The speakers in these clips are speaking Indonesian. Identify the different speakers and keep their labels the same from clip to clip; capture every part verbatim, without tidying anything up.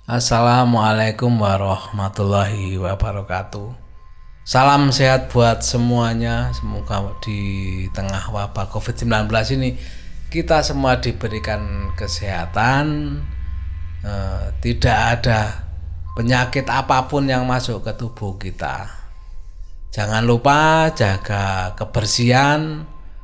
Speaker 1: Assalamualaikum warahmatullahi wabarakatuh. Salam sehat buat semuanya. Semoga di tengah wabah covid sembilan belas ini kita semua diberikan kesehatan, eh, tidak ada penyakit apapun yang masuk ke tubuh kita. Jangan lupa jaga kebersihan,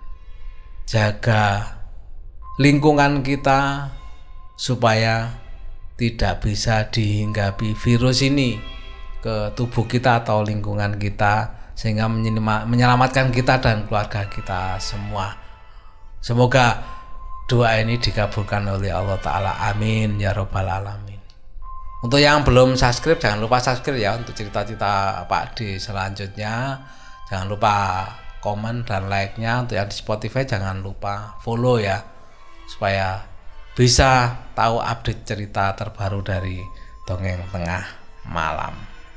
Speaker 1: jaga lingkungan kita supaya tidak bisa dihinggapi virus ini ke tubuh kita atau lingkungan kita, sehingga menyelamatkan kita dan keluarga kita semua. Semoga doa ini dikabulkan oleh Allah Ta'ala, amin ya robbal alamin. Untuk yang belum subscribe, jangan lupa subscribe ya, untuk cerita-cerita Pak D selanjutnya. Jangan lupa komen dan like-nya. Untuk yang di Spotify jangan lupa follow ya, supaya bisa tahu update cerita terbaru dari Dongeng Tengah Malam.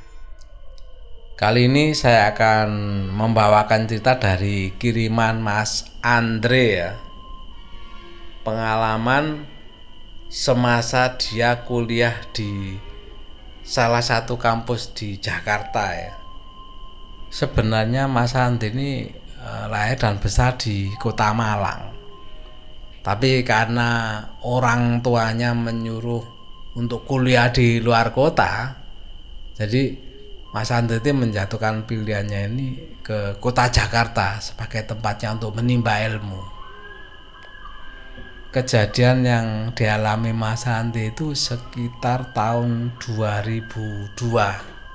Speaker 1: Kali ini saya akan membawakan cerita dari kiriman Mas Andre ya. Pengalaman semasa dia kuliah di salah satu kampus di Jakarta ya. Sebenarnya Mas Andre ini lahir dan besar di Kota Malang. Tapi karena orang tuanya menyuruh untuk kuliah di luar kota, jadi Mas Andre menjatuhkan pilihannya ini ke kota Jakarta sebagai tempatnya untuk menimba ilmu. Kejadian yang dialami Mas Andre itu sekitar tahun dua ribu dua,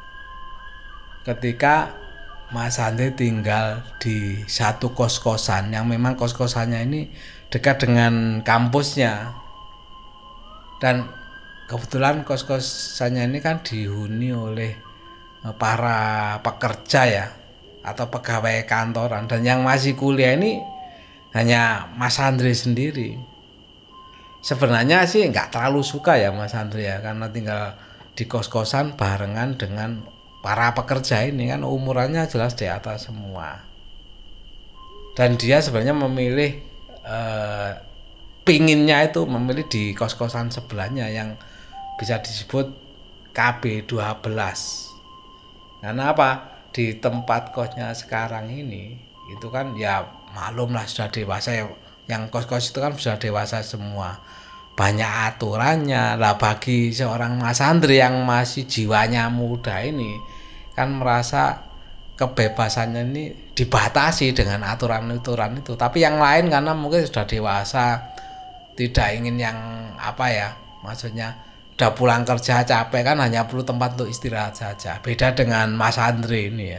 Speaker 1: ketika Mas Andre tinggal di satu kos-kosan yang memang kos-kosannya ini dekat dengan kampusnya, dan kebetulan kos-kosannya ini kan dihuni oleh para pekerja ya, atau pegawai kantoran, dan yang masih kuliah ini hanya Mas Andre sendiri. Sebenarnya sih nggak terlalu suka ya Mas Andre ya, karena tinggal di kos-kosan barengan dengan para pekerja ini, kan umurannya jelas di atas semua, dan dia sebenarnya memilih Uh, pinginnya itu memilih di kos-kosan sebelahnya yang bisa disebut K B dua belas. Karena apa? Di tempat kosnya sekarang ini itu kan ya maklum lah, sudah dewasa ya. Yang kos-kos itu kan sudah dewasa semua, banyak aturannya lah. Bagi seorang Mas Andre yang masih jiwanya muda ini kan merasa kebebasannya ini dibatasi dengan aturan-aturan itu. Tapi yang lain karena mungkin sudah dewasa, tidak ingin yang apa ya, maksudnya udah pulang kerja capek kan, hanya perlu tempat untuk istirahat saja. Beda dengan Mas Andre ini ya.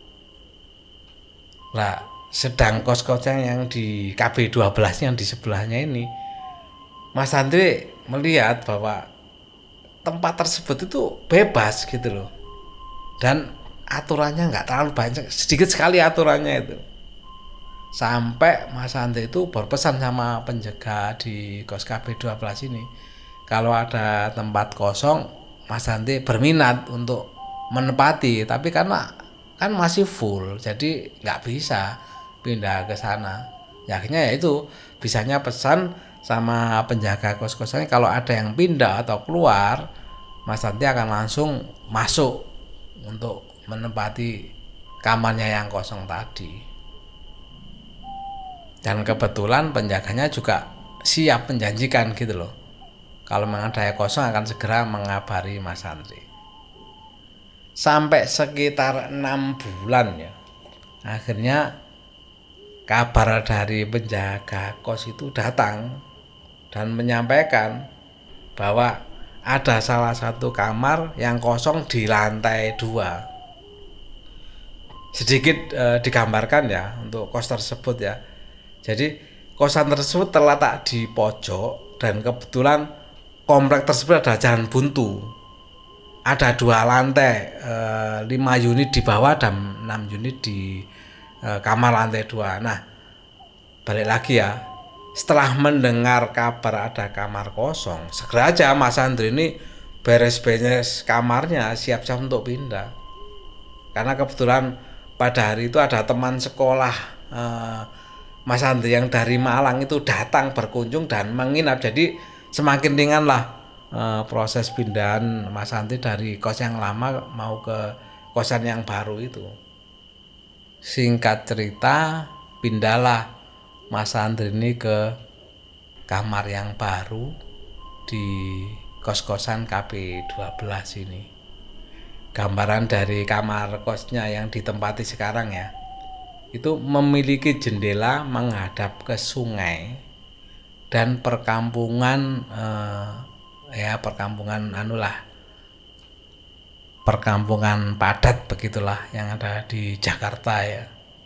Speaker 1: Lah sedang kos-kosnya yang di K B dua belas yang di sebelahnya ini, Mas Andre melihat bahwa tempat tersebut itu bebas gitu loh, dan aturannya nggak terlalu banyak, sedikit sekali aturannya itu. Sampai Mas Andre itu berpesan sama penjaga di kos K B dua belas ini, kalau ada tempat kosong Mas Andre berminat untuk menempati, tapi karena kan masih full jadi nggak bisa pindah ke sana. Ya, akhirnya ya itu bisanya pesan sama penjaga kos-kosannya, kalau ada yang pindah atau keluar Mas Andre akan langsung masuk untuk menempati kamarnya yang kosong tadi. Dan kebetulan penjaganya juga siap menjanjikan gitu loh, kalau memang ada yang kosong akan segera mengabari Mas Andre. Sampai sekitar enam bulan ya, akhirnya kabar dari penjaga kos itu datang dan menyampaikan bahwa ada salah satu kamar yang kosong di lantai dua. Sedikit e, digambarkan ya untuk kos tersebut ya. Jadi kosan tersebut terletak di pojok, dan kebetulan komplek tersebut ada jalan buntu. Ada dua lantai, e, lima unit di bawah dan enam unit di e, kamar lantai dua. Nah, balik lagi ya. Setelah mendengar kabar ada kamar kosong, segera aja Mas Andre ini beres-beres kamarnya, siap-siap untuk pindah. Karena kebetulan pada hari itu ada teman sekolah eh, Mas Andre yang dari Malang itu datang berkunjung dan menginap, jadi semakin ringan lah eh, proses pindahan Mas Andri dari kos yang lama mau ke kosan yang baru itu. Singkat cerita, pindahlah Mas Andri ini ke kamar yang baru di kos-kosan K P dua belas ini. Gambaran dari kamar kosnya yang ditempati sekarang ya, itu memiliki jendela menghadap ke sungai dan perkampungan eh, ya perkampungan anulah perkampungan padat begitulah yang ada di Jakarta ya.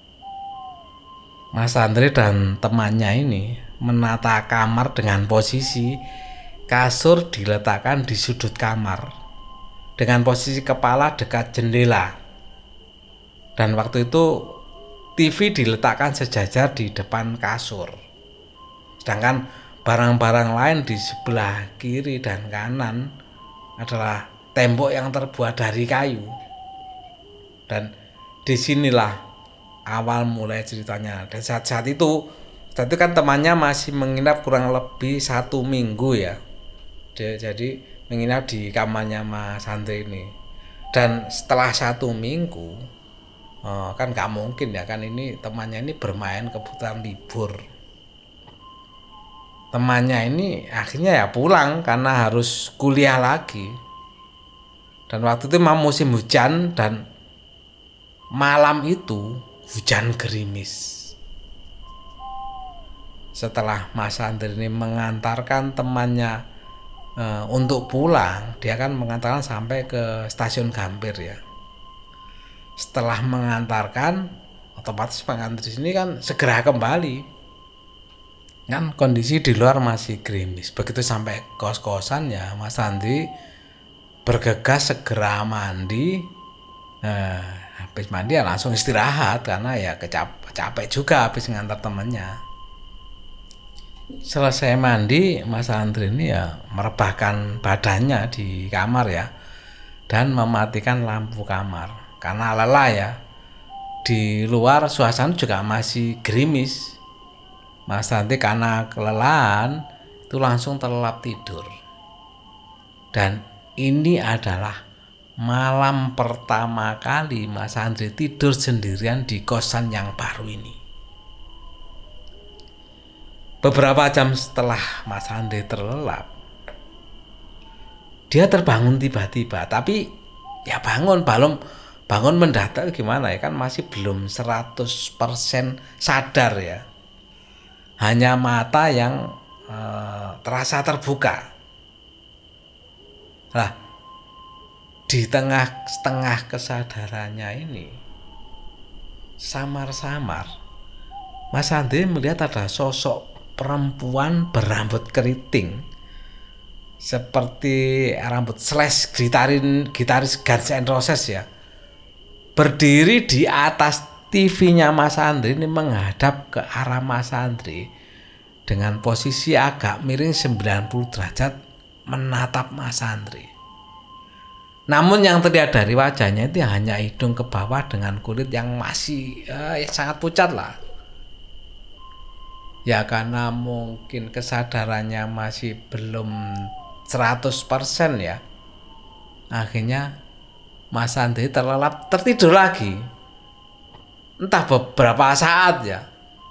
Speaker 1: Mas Andri dan temannya ini menata kamar dengan posisi kasur diletakkan di sudut kamar dengan posisi kepala dekat jendela, dan waktu itu T V diletakkan sejajar di depan kasur, sedangkan barang-barang lain di sebelah kiri dan kanan adalah tembok yang terbuat dari kayu. Dan disinilah awal mulai ceritanya. Dan saat-saat itu saat itu kan temannya masih menginap kurang lebih satu minggu ya. Dia, jadi menginap di kamarnya Mas Andri ini. Dan setelah satu minggu, oh, kan gak mungkin ya kan, ini temannya ini bermain kebetulan libur. Temannya ini akhirnya ya pulang karena harus kuliah lagi. Dan waktu itu memang musim hujan dan malam itu hujan gerimis. Setelah Mas Andri ini mengantarkan temannya e, untuk pulang, dia kan mengantarkan sampai ke stasiun Gambir ya. Setelah mengantarkan, otomatis pengantar sini kan segera kembali. Kan kondisi di luar masih gerimis. Begitu sampai kos-kosan ya, Mas Andri bergegas segera mandi. Nah, habis mandi ya langsung istirahat karena ya kecap- capek juga habis ngantar temannya. Selesai mandi, Mas Andri ini ya merebahkan badannya di kamar ya, dan mematikan lampu kamar karena lelah ya. Di luar suasana juga masih gerimis. Mas Andri karena kelelahan itu langsung terlelap tidur. Dan ini adalah malam pertama kali Mas Andri tidur sendirian di kosan yang baru ini. Beberapa jam setelah Mas Andri terlelap, dia terbangun tiba-tiba. Tapi ya bangun, belum bangun mendadak gimana ya, kan masih belum seratus persen sadar ya. Hanya mata yang eh, terasa terbuka. Lah, di tengah setengah kesadarannya ini, samar-samar Mas Andri melihat ada sosok perempuan berambut keriting seperti rambut slash gitarin gitaris Guns N' Roses ya, berdiri di atas T V-nya Mas Andri ini menghadap ke arah Mas Andri dengan posisi agak miring sembilan puluh derajat menatap Mas Andri. Namun yang terlihat dari wajahnya itu hanya hidung ke bawah dengan kulit yang masih eh, sangat pucat lah. Ya karena mungkin kesadarannya masih belum seratus persen ya. Akhirnya Mas Andri terlelap tertidur lagi. Entah beberapa saat ya.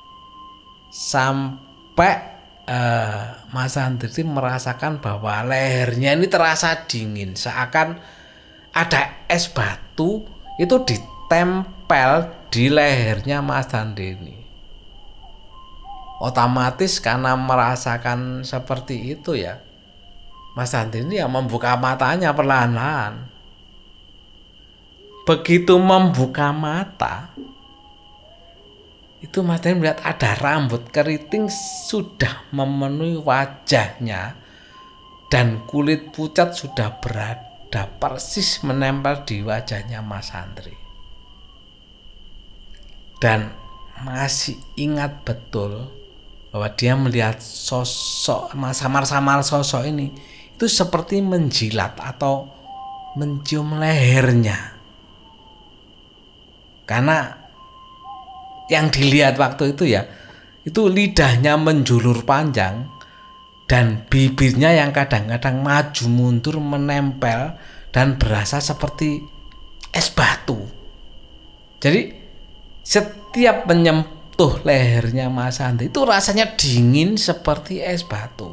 Speaker 1: Sampai eh, Mas Andri merasakan bahwa lehernya ini terasa dingin. Seakan ada es batu itu ditempel di lehernya Mas Andri ini. Otomatis karena merasakan seperti itu ya, Mas Andri ini ya membuka matanya perlahan-lahan. Begitu membuka mata, itu Mas Andri melihat ada rambut keriting sudah memenuhi wajahnya dan kulit pucat sudah berada persis menempel di wajahnya Mas Andri. Dan masih ingat betul bahwa dia melihat sosok samar-samar sosok ini itu seperti menjilat atau mencium lehernya. Karena yang dilihat waktu itu ya, itu lidahnya menjulur panjang dan bibirnya yang kadang-kadang maju mundur menempel dan berasa seperti es batu. Jadi setiap menyentuh lehernya Mas Andri itu rasanya dingin seperti es batu.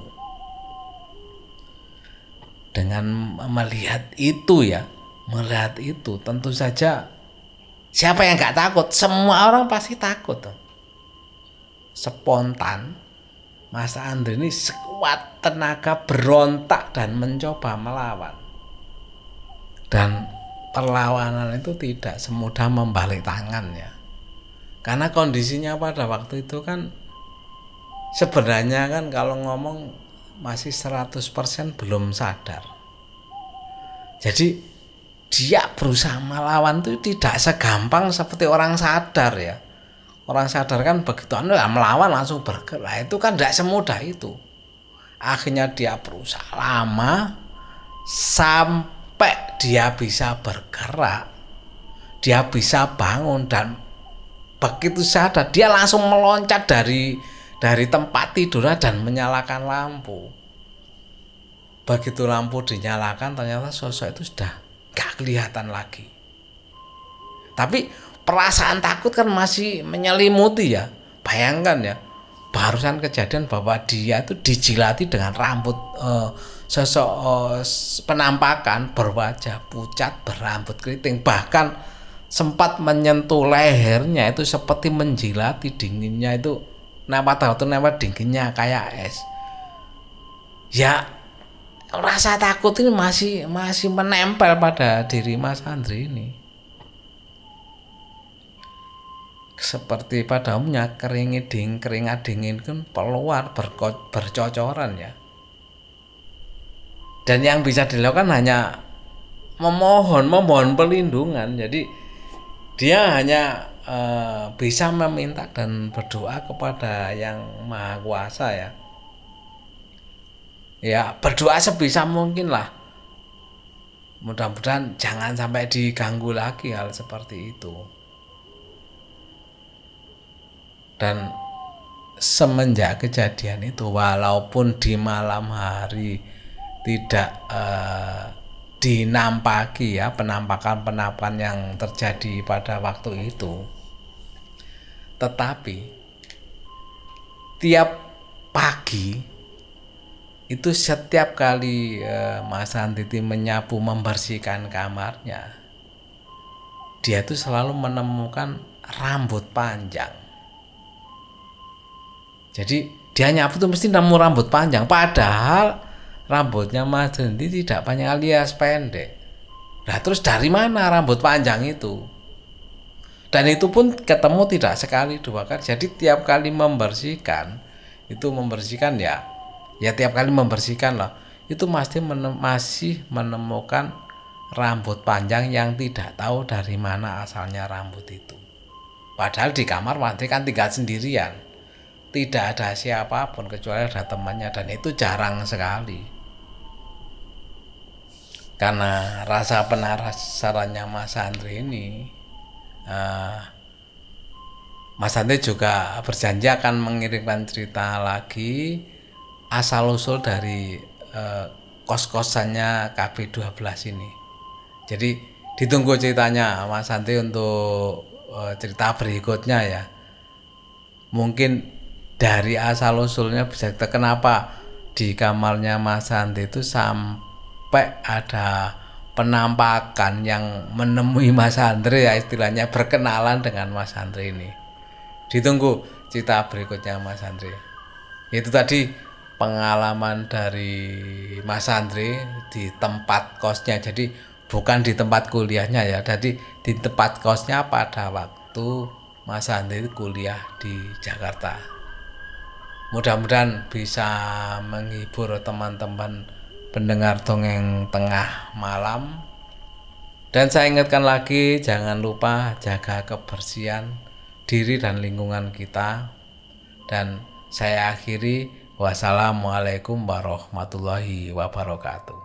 Speaker 1: Dengan melihat itu ya, melihat itu tentu saja siapa yang gak takut? Semua orang pasti takut. Spontan Mas Andri ini sekuat tenaga berontak dan mencoba melawan. Dan perlawanan itu tidak semudah membalik tangan ya. Karena kondisinya pada waktu itu kan sebenarnya kan kalau ngomong masih seratus persen belum sadar. Jadi dia berusaha melawan itu tidak segampang seperti orang sadar ya. Orang sadar kan begitu anu ya melawan langsung bergerak. Itu kan tidak semudah itu. Akhirnya dia berusaha lama sampai dia bisa bergerak. Dia bisa bangun dan begitu sadar dia langsung meloncat dari dari tempat tidurnya dan menyalakan lampu. Begitu lampu dinyalakan ternyata sosok itu sudah gak kelihatan lagi. Tapi perasaan takut kan masih menyelimuti ya. Bayangkan ya, barusan kejadian bahwa dia itu dijilati dengan rambut eh, sosok eh, penampakan berwajah pucat berambut keriting, bahkan sempat menyentuh lehernya itu seperti menjilati dinginnya itu. Nah pada waktu nempel dinginnya kayak es. Ya rasa takut ini masih masih menempel pada diri Mas Andri ini. Seperti pada umumnya keringat dingin, keringat dingin kan keluar berko, bercocoran ya. Dan yang bisa dilakukan hanya memohon, memohon perlindungan. Jadi dia hanya e, bisa meminta dan berdoa kepada Yang Maha Kuasa ya. Ya berdoa sebisa mungkin lah. Mudah-mudahan jangan sampai diganggu lagi hal seperti itu. Dan semenjak kejadian itu walaupun di malam hari tidak eh, dinampaki ya penampakan-penampakan yang terjadi pada waktu itu, tetapi tiap pagi itu setiap kali eh, Mas Andri menyapu membersihkan kamarnya, dia itu selalu menemukan rambut panjang. Jadi dia nyapu tuh mesti nemu rambut panjang, padahal rambutnya Mas Andri tidak panjang alias pendek. Nah terus dari mana rambut panjang itu? Dan itu pun ketemu tidak sekali dua kali. Jadi tiap kali membersihkan itu membersihkan ya, ya tiap kali membersihkan loh. Itu pasti menem, masih menemukan rambut panjang yang tidak tahu dari mana asalnya rambut itu. Padahal di kamar Mas Andri kan tinggal sendirian. Tidak ada siapapun kecuali ada temannya, dan itu jarang sekali. Karena rasa penasarannya Mas Andri ini, uh, Mas Andri juga berjanji akan mengirimkan cerita lagi asal usul dari uh, kos-kosannya K B dua belas ini. Jadi ditunggu ceritanya Mas Andri untuk uh, cerita berikutnya ya. Mungkin dari asal usulnya bisa kita kenapa di kamarnya Mas Andri itu sampai ada penampakan yang menemui Mas Andri ya, istilahnya berkenalan dengan Mas Andri ini. Ditunggu cerita berikutnya Mas Andri. Itu tadi pengalaman dari Mas Andri di tempat kosnya. Jadi bukan di tempat kuliahnya ya. Jadi di tempat kosnya pada waktu Mas Andri kuliah di Jakarta. Mudah-mudahan bisa menghibur teman-teman pendengar dongeng tengah malam. Dan saya ingatkan lagi, jangan lupa jaga kebersihan diri dan lingkungan kita. Dan saya akhiri, wassalamualaikum warahmatullahi wabarakatuh.